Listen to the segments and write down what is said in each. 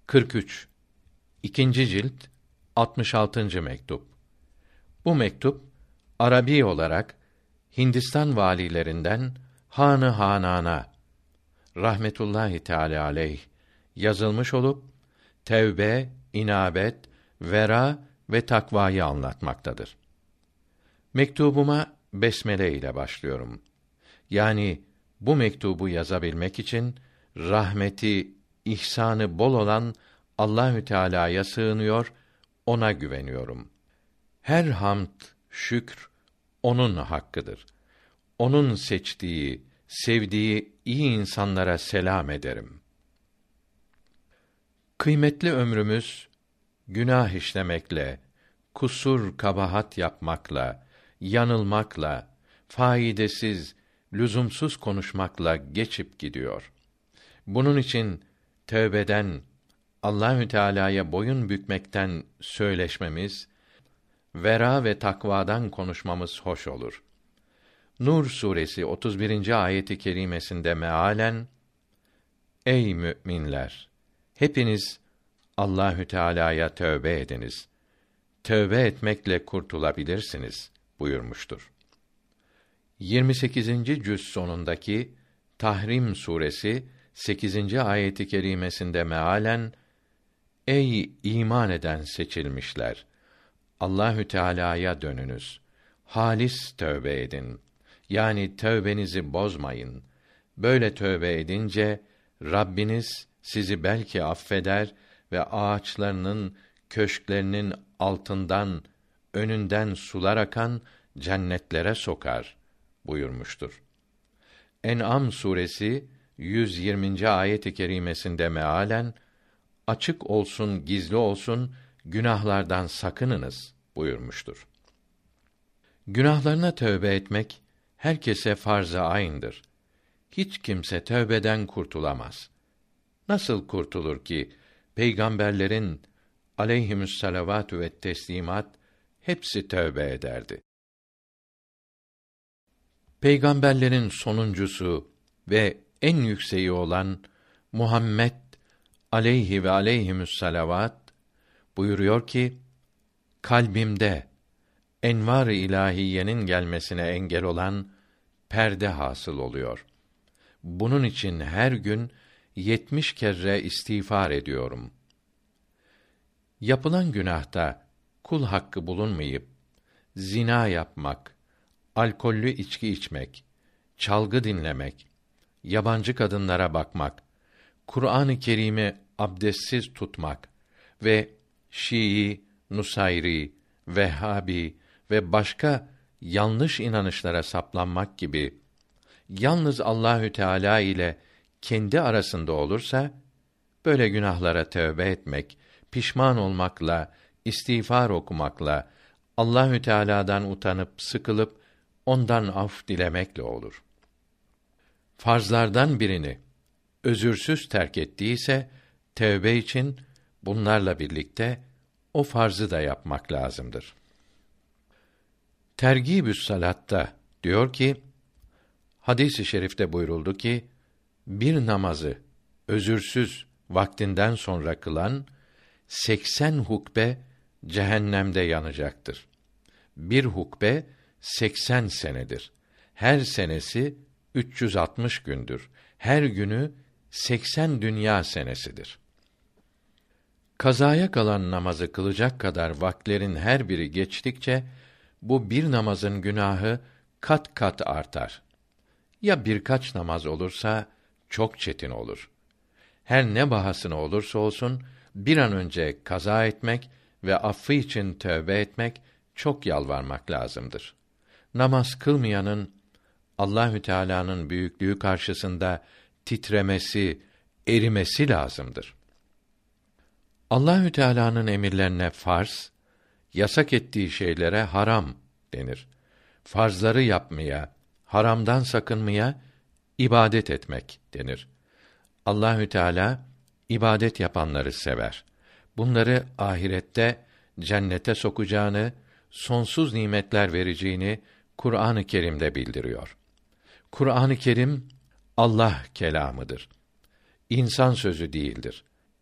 43. İkinci cilt 66. mektup. Bu mektup Arabi olarak Hindistan valilerinden Han-ı Hanan'a rahmetullahi teâlâ aleyh yazılmış olup tevbe, inabet, vera ve takvayı anlatmaktadır. Mektubuma besmele ile başlıyorum. Yani bu mektubu yazabilmek için rahmeti, ihsanı bol olan Allahü Teala'ya sığınıyor, ona güveniyorum. Her hamd, şükr onun hakkıdır. Onun seçtiği, sevdiği iyi insanlara selam ederim. Kıymetli ömrümüz günah işlemekle, kusur kabahat yapmakla, yanılmakla, faydasız, lüzumsuz konuşmakla geçip gidiyor. Bunun için tövbeden, Allahü Teala'ya boyun bükmekten söyleşmemiz, vera ve takvadan konuşmamız hoş olur. Nur suresi 31. ayeti kerimesinde mealen ey müminler, hepiniz Allahü Teala'ya tövbe ediniz. Tövbe etmekle kurtulabilirsiniz buyurmuştur. 28. cüz sonundaki Tahrim suresi 8. ayeti kerimesinde mealen ey iman eden seçilmişler, Allahü Teala'ya dönünüz. Halis tövbe edin. Yani tövbenizi bozmayın. Böyle tövbe edince Rabbiniz sizi belki affeder ve ağaçlarının, köşklerinin altından, önünden sular akan cennetlere sokar buyurmuştur. En'am suresi 120. ayet-i kerimesinde mealen açık olsun, gizli olsun günahlardan sakınınız buyurmuştur. Günahlarına tövbe etmek herkese farz-ı ayn'dır. Hiç kimse tövbeden kurtulamaz. Nasıl kurtulur ki peygamberlerin aleyhimüsselavatü ve teslimat hepsi tövbe ederdi. Peygamberlerin sonuncusu ve en yükseği olan Muhammed aleyhi ve aleyhimüsselavat buyuruyor ki, kalbimde envar-ı ilahiyenin gelmesine engel olan perde hasıl oluyor. Bunun için her gün 70 kere istiğfar ediyorum. Yapılan günahta kul hakkı bulunmayıp zina yapmak, alkollü içki içmek, çalgı dinlemek, yabancı kadınlara bakmak, Kur'an-ı Kerim'i abdestsiz tutmak ve Şii, Nusayri, Vehhabi ve başka yanlış inanışlara saplanmak gibi yalnız Allahü Teala ile kendi arasında olursa böyle günahlara tövbe etmek, pişman olmakla, istiğfar okumakla, Allahü Teala'dan utanıp sıkılıp ondan af dilemekle olur. Farzlardan birini özürsüz terk ettiyse tövbe için bunlarla birlikte o farzı da yapmak lazımdır. Tergîbü's Salat'ta diyor ki, hadis-i şerifte buyuruldu ki, bir namazı özürsüz vaktinden sonra kılan 80 hukbe cehennemde yanacaktır. Bir hukbe 80 senedir. Her senesi 360 gündür. Her günü 80 dünya senesidir. Kazaya kalan namazı kılacak kadar vaklerin her biri geçtikçe bu bir namazın günahı kat kat artar. Ya birkaç namaz olursa çok çetin olur. Her ne bahasına olursa olsun bir an önce kaza etmek ve affı için tövbe etmek, çok yalvarmak lazımdır. Namaz kılmayanın Allahü Teala'nın büyüklüğü karşısında titremesi, erimesi lazımdır. Allahü Teala'nın emirlerine farz, yasak ettiği şeylere haram denir. Farzları yapmaya, haramdan sakınmaya ibadet etmek denir. Allahü Teala ibadet yapanları sever. Bunları ahirette cennete sokacağını, sonsuz nimetler vereceğini Kur'an-ı Kerim'de bildiriyor. Kur'an-ı Kerim Allah kelamıdır. İnsan sözü değildir.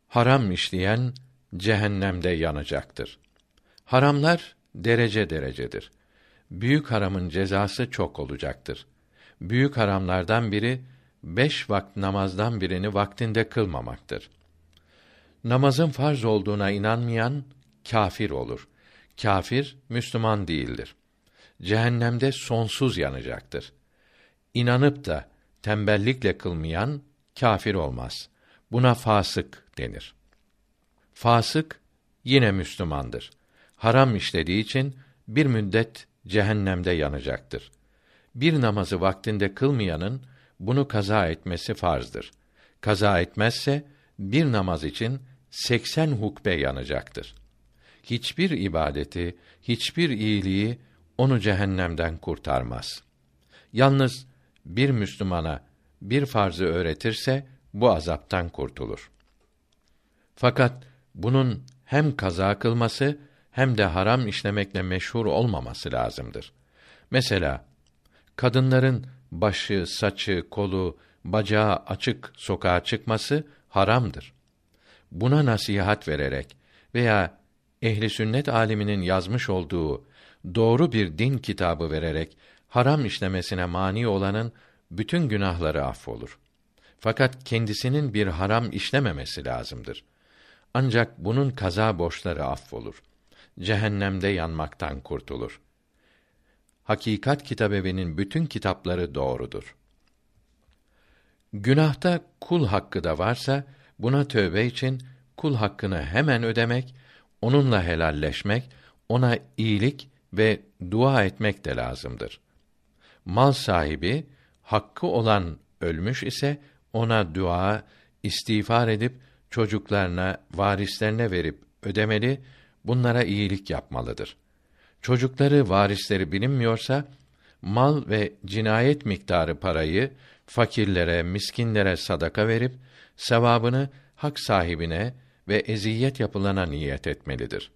Haram işleyen cehennemde yanacaktır. Haramlar derece derecedir. Büyük haramın cezası çok olacaktır. Büyük haramlardan biri 5 vakit namazdan birini vaktinde kılmamaktır. Namazın farz olduğuna inanmayan kâfir olur. Kâfir Müslüman değildir. Cehennemde sonsuz yanacaktır. İnanıp da tembellikle kılmayan kâfir olmaz. Buna fasık denir. Fasık yine Müslümandır. Haram işlediği için bir müddet cehennemde yanacaktır. Bir namazı vaktinde kılmayanın bunu kaza etmesi farzdır. Kaza etmezse bir namaz için 80 hukbe yanacaktır. Hiçbir ibadeti, hiçbir iyiliği onu cehennemden kurtarmaz. Yalnız bir Müslümana bir farzı öğretirse bu azaptan kurtulur. Fakat bunun hem kaza kılması hem de haram işlemekle meşhur olmaması lazımdır. Mesela kadınların başı, saçı, kolu, bacağı açık sokağa çıkması haramdır. Buna nasihat vererek veya ehli sünnet aliminin yazmış olduğu doğru bir din kitabı vererek haram işlemesine mani olanın bütün günahları affolur. Fakat kendisinin bir haram işlememesi lazımdır. Ancak bunun kaza borçları affolur. Cehennemde yanmaktan kurtulur. Hakikat Kitabevi'nin bütün kitapları doğrudur. Günahta kul hakkı da varsa, buna tövbe için kul hakkını hemen ödemek, onunla helalleşmek, ona iyilik ve dua etmek de lazımdır. Mal sahibi, hakkı olan ölmüş ise, ona dua, istiğfar edip, çocuklarına, varislerine verip ödemeli, bunlara iyilik yapmalıdır. Çocukları, varisleri bilinmiyorsa, mal ve cinayet miktarı parayı, fakirlere, miskinlere sadaka verip, sevabını hak sahibine ve eziyet yapılana niyet etmelidir.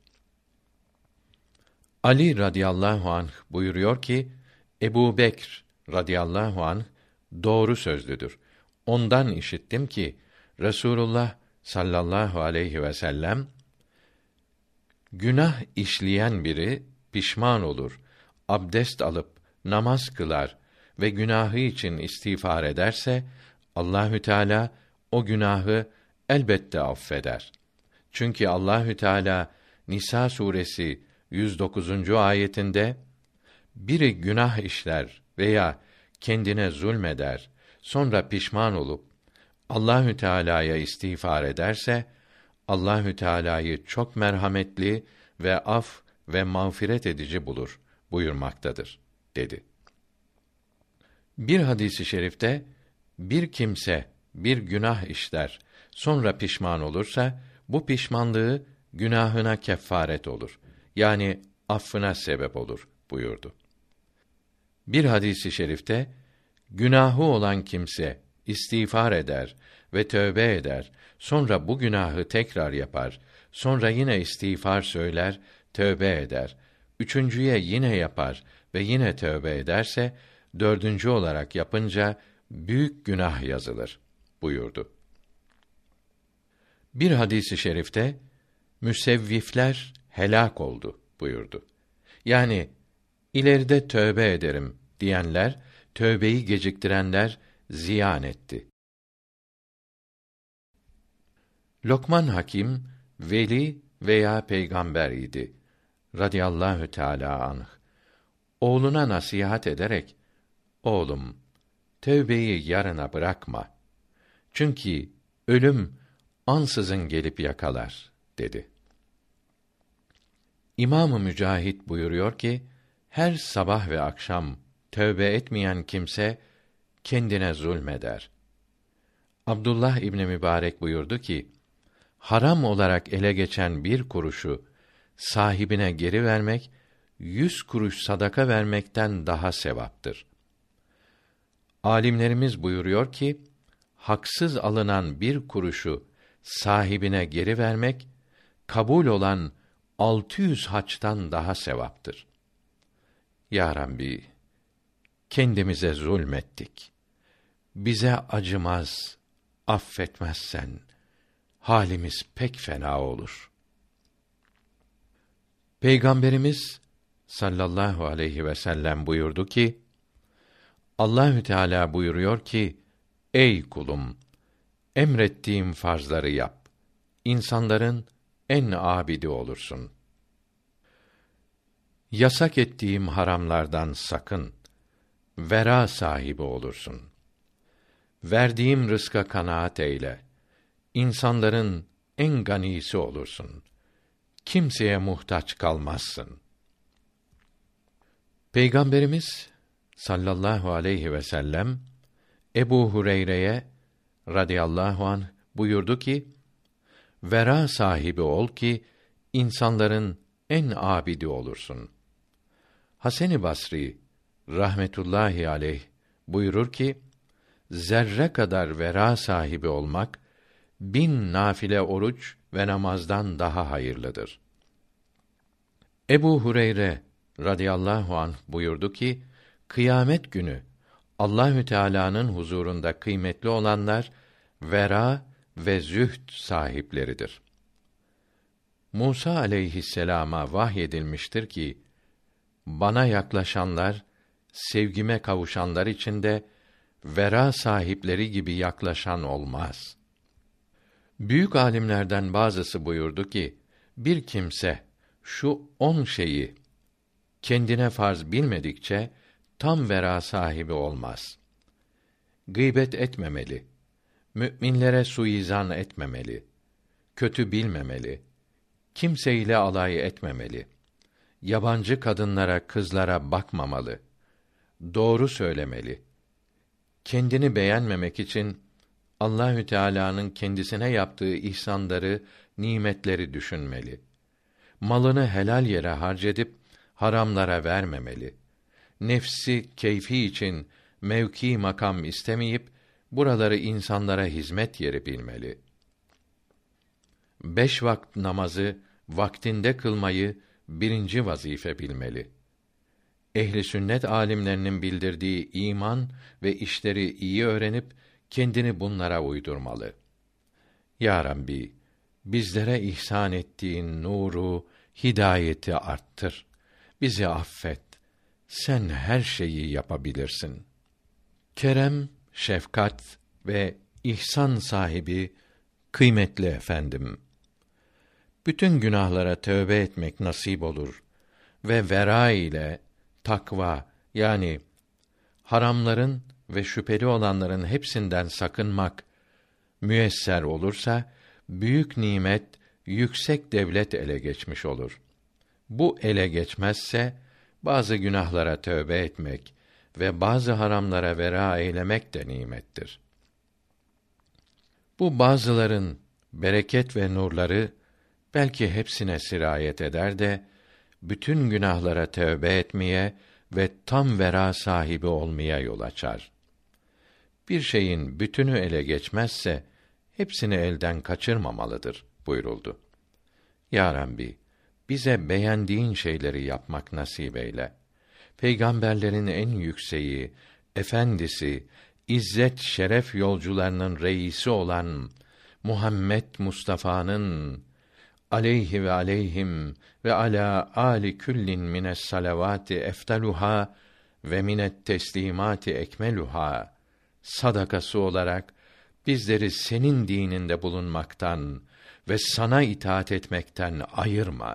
Ali radıyallahu anh buyuruyor ki, Ebu Bekr radıyallahu anh doğru sözlüdür. Ondan işittim ki, Resulullah sallallahu aleyhi ve sellem, günah işleyen biri pişman olur, abdest alıp namaz kılar ve günahı için istiğfar ederse, Allahü Teala o günahı elbette affeder. Çünkü Allahü Teala Nisa suresi 109. ayetinde biri günah işler veya kendine zulmeder, sonra pişman olup Allahü Teala'ya istiğfar ederse, Allahü Teala'yı çok merhametli ve af ve mağfiret edici bulur buyurmaktadır dedi. Bir hadisi şerifte bir kimse bir günah işler, sonra pişman olursa bu pişmanlığı günahına kefaret olur. Yani affına sebep olur buyurdu. Bir hadisi şerifte günahı olan kimse istiğfar eder ve tövbe eder, sonra bu günahı tekrar yapar, sonra yine istiğfar söyler, tövbe eder, üçüncüye yine yapar ve yine tövbe ederse, dördüncü olarak yapınca büyük günah yazılır buyurdu. Bir hadisi şerifte müsevvifler helak oldu buyurdu. Yani ileride tövbe ederim diyenler, tövbeyi geciktirenler ziyan etti. Lokman Hakim veli veya peygamber idi radıyallahu teâlâ anh. Oğluna nasihat ederek, oğlum, tövbeyi yarına bırakma. Çünkü ölüm ansızın gelip yakalar dedi. İmam-ı Mücahit buyuruyor ki, her sabah ve akşam tövbe etmeyen kimse kendine zulmeder. Abdullah İbni Mübarek buyurdu ki, haram olarak ele geçen bir kuruşu sahibine geri vermek, 100 kuruş sadaka vermekten daha sevaptır. Alimlerimiz buyuruyor ki, haksız alınan bir kuruşu sahibine geri vermek, kabul olan 600 haçtan daha sevaptır. Ya Rabbi, kendimize zulmettik. Bize acımaz, affetmezsen halimiz pek fena olur. Peygamberimiz sallallahu aleyhi ve sellem buyurdu ki, Allahü Teala buyuruyor ki, ey kulum, emrettiğim farzları yap. İnsanların en abidi olursun. Yasak ettiğim haramlardan sakın. Vera sahibi olursun. Verdiğim rızka kanaat eyle. İnsanların en ganisi olursun. Kimseye muhtaç kalmazsın. Peygamberimiz sallallahu aleyhi ve sellem Ebu Hureyre'ye radıyallahu anh buyurdu ki, vera sahibi ol ki insanların en abidi olursun. Hasan-ı Basri rahmetullahi aleyh buyurur ki, zerre kadar vera sahibi olmak 1000 nafile oruç ve namazdan daha hayırlıdır. Ebu Hureyre radıyallahu anh buyurdu ki, kıyamet günü Allahü Teala'nın huzurunda kıymetli olanlar vera ve zühd sahipleridir. Musa aleyhisselama vahyedilmiştir ki, bana yaklaşanlar, sevgime kavuşanlar içinde vera sahipleri gibi yaklaşan olmaz. Büyük alimlerden bazısı buyurdu ki, bir kimse şu 10 şeyi kendine farz bilmedikçe tam vera sahibi olmaz. Gıybet etmemeli, müminlere suizan etmemeli, kötü bilmemeli, kimseyle alay etmemeli, yabancı kadınlara, kızlara bakmamalı, doğru söylemeli, kendini beğenmemek için Allahü Teala'nın kendisine yaptığı ihsanları, nimetleri düşünmeli. Malını helal yere harcedip haramlara vermemeli. Nefsi keyfi için mevki makam istemeyip buraları insanlara hizmet yeri bilmeli. 5 vakit namazı vaktinde kılmayı birinci vazife bilmeli. Ehli sünnet âlimlerinin bildirdiği iman ve işleri iyi öğrenip kendini bunlara uydurmalı. Ya Rabbi, bizlere ihsan ettiğin nuru, hidayeti arttır. Bizi affet. Sen her şeyi yapabilirsin. Kerem, şefkat ve ihsan sahibi kıymetli efendim. Bütün günahlara tövbe etmek nasip olur ve vera ile takva, yani haramların ve şüpheli olanların hepsinden sakınmak müyesser olursa, büyük nimet, yüksek devlet ele geçmiş olur. Bu ele geçmezse, bazı günahlara tövbe etmek ve bazı haramlara vera eylemek de nimettir. Bu bazıların bereket ve nurları belki hepsine sirayet eder de, bütün günahlara tövbe etmeye ve tam vera sahibi olmaya yol açar. Bir şeyin bütünü ele geçmezse, hepsini elden kaçırmamalıdır buyuruldu. Ya Rabbi, bize beğendiğin şeyleri yapmak nasip eyle. Peygamberlerin en yükseği, efendisi, izzet şeref yolcularının reisi olan Muhammed Mustafa'nın aleyhi ve aleyhim ve ala ali küllin mines salavati eftaluha ve minet teslimati ekmeluha sadakası olarak bizleri senin dininde bulunmaktan ve sana itaat etmekten ayırma.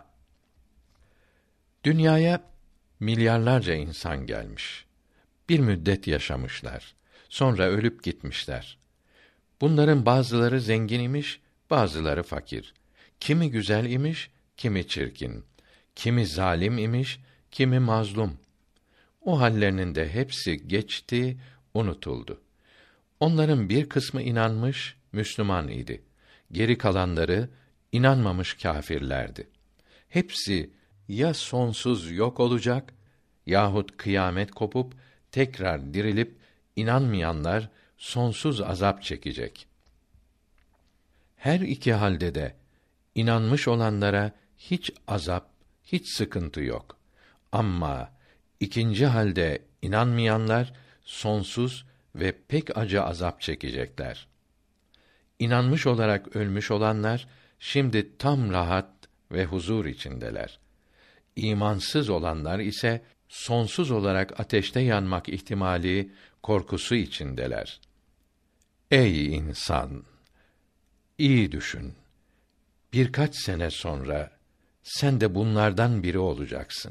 Dünyaya milyarlarca insan gelmiş. Bir müddet yaşamışlar. Sonra ölüp gitmişler. Bunların bazıları zengin imiş, bazıları fakir. Kimi güzel imiş, kimi çirkin. Kimi zalim imiş, kimi mazlum. O hallerinin de hepsi geçti, unutuldu. Onların bir kısmı inanmış, Müslüman idi. Geri kalanları inanmamış kâfirlerdi. Hepsi ya sonsuz yok olacak yahut kıyamet kopup tekrar dirilip inanmayanlar sonsuz azap çekecek. Her iki halde de inanmış olanlara hiç azap, hiç sıkıntı yok. Ama ikinci halde inanmayanlar sonsuz ve pek acı azap çekecekler. İnanmış olarak ölmüş olanlar şimdi tam rahat ve huzur içindeler. İmansız olanlar ise sonsuz olarak ateşte yanmak ihtimali korkusu içindeler. Ey insan, iyi düşün. Birkaç sene sonra sen de bunlardan biri olacaksın.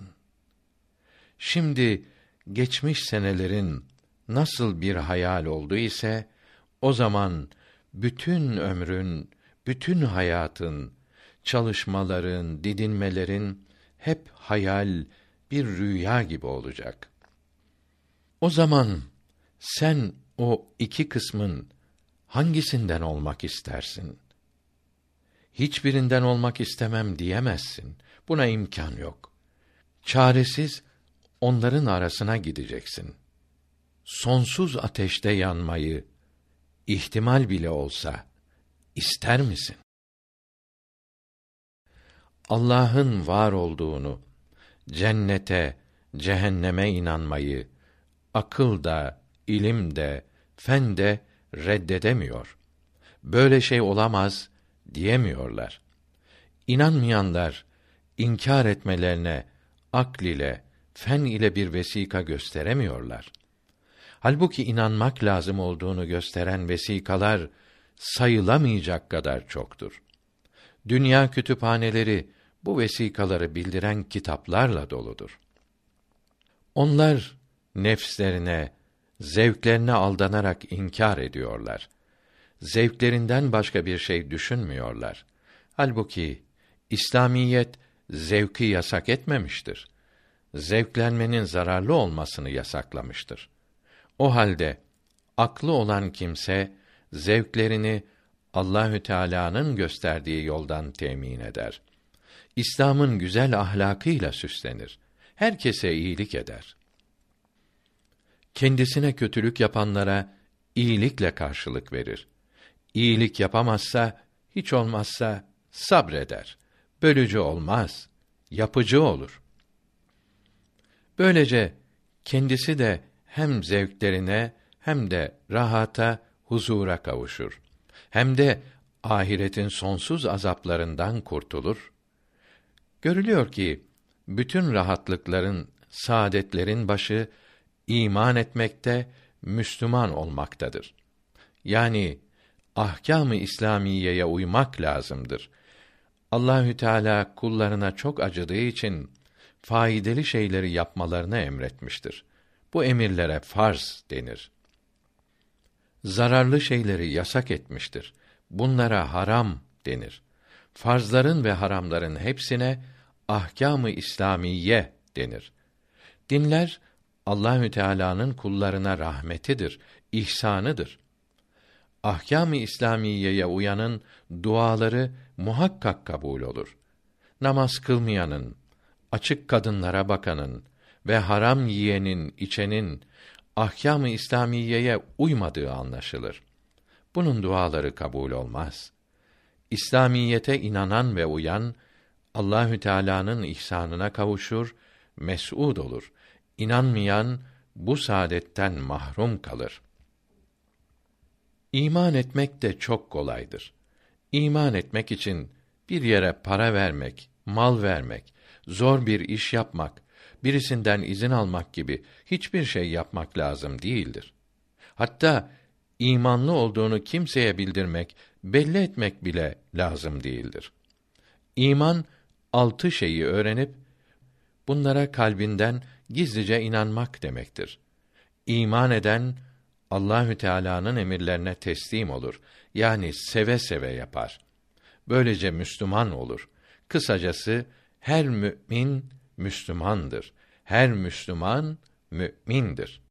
Şimdi geçmiş senelerin nasıl bir hayal oldu ise o zaman bütün ömrün, bütün hayatın, çalışmaların, didinmelerin hep hayal, bir rüya gibi olacak. O zaman sen o iki kısmın hangisinden olmak istersin? Hiçbirinden olmak istemem diyemezsin. Buna imkan yok. Çaresiz onların arasına gideceksin. Sonsuz ateşte yanmayı ihtimal bile olsa ister misin? Allah'ın var olduğunu, cennete, cehenneme inanmayı akıl da, ilim de, fen de reddedemiyor. Böyle şey olamaz diyemiyorlar. İnanmayanlar inkar etmelerine akl ile, fen ile bir vesika gösteremiyorlar. Halbuki inanmak lazım olduğunu gösteren vesikalar sayılamayacak kadar çoktur. Dünya kütüphaneleri bu vesikaları bildiren kitaplarla doludur. Onlar nefslerine, zevklerine aldanarak inkar ediyorlar. Zevklerinden başka bir şey düşünmüyorlar. Halbuki İslamiyet zevki yasak etmemiştir. Zevklenmenin zararlı olmasını yasaklamıştır. O halde aklı olan kimse zevklerini Allahü Teala'nın gösterdiği yoldan temin eder. İslam'ın güzel ahlakıyla süslenir. Herkese iyilik eder. Kendisine kötülük yapanlara iyilikle karşılık verir. İyilik yapamazsa, hiç olmazsa sabreder. Bölücü olmaz, yapıcı olur. Böylece kendisi de hem zevklerine hem de rahata, huzura kavuşur. Hem de ahiretin sonsuz azaplarından kurtulur. Görülüyor ki bütün rahatlıkların, saadetlerin başı iman etmekte, Müslüman olmaktadır. Yani ahkâm-ı İslamiyeye uymak lazımdır. Allahü Teala kullarına çok acıdığı için faydalı şeyleri yapmalarını emretmiştir. Bu emirlere farz denir. Zararlı şeyleri yasak etmiştir. Bunlara haram denir. Farzların ve haramların hepsine ahkâm-ı İslamiye denir. Dinler Allahü Teala'nın kullarına rahmetidir, ihsanıdır. Ahkâm-ı İslamiyeye uyanın duaları muhakkak kabul olur. Namaz kılmayanın, açık kadınlara bakanın ve haram yiyenin, içenin ahkâm-ı İslamiyeye uymadığı anlaşılır. Bunun duaları kabul olmaz. İslamiyete inanan ve uyan Allahü Teala'nın ihsanına kavuşur, mes'ud olur. İnanmayan bu saadetten mahrum kalır. İman etmek de çok kolaydır. İman etmek için bir yere para vermek, mal vermek, zor bir iş yapmak, birisinden izin almak gibi hiçbir şey yapmak lazım değildir. Hatta imanlı olduğunu kimseye bildirmek, belli etmek bile lazım değildir. İman 6 şeyi öğrenip bunlara kalbinden gizlice inanmak demektir. İman eden Allahü Teala'nın emirlerine teslim olur. Yani seve seve yapar. Böylece Müslüman olur. Kısacası her mümin Müslümandır. Her Müslüman mümindir.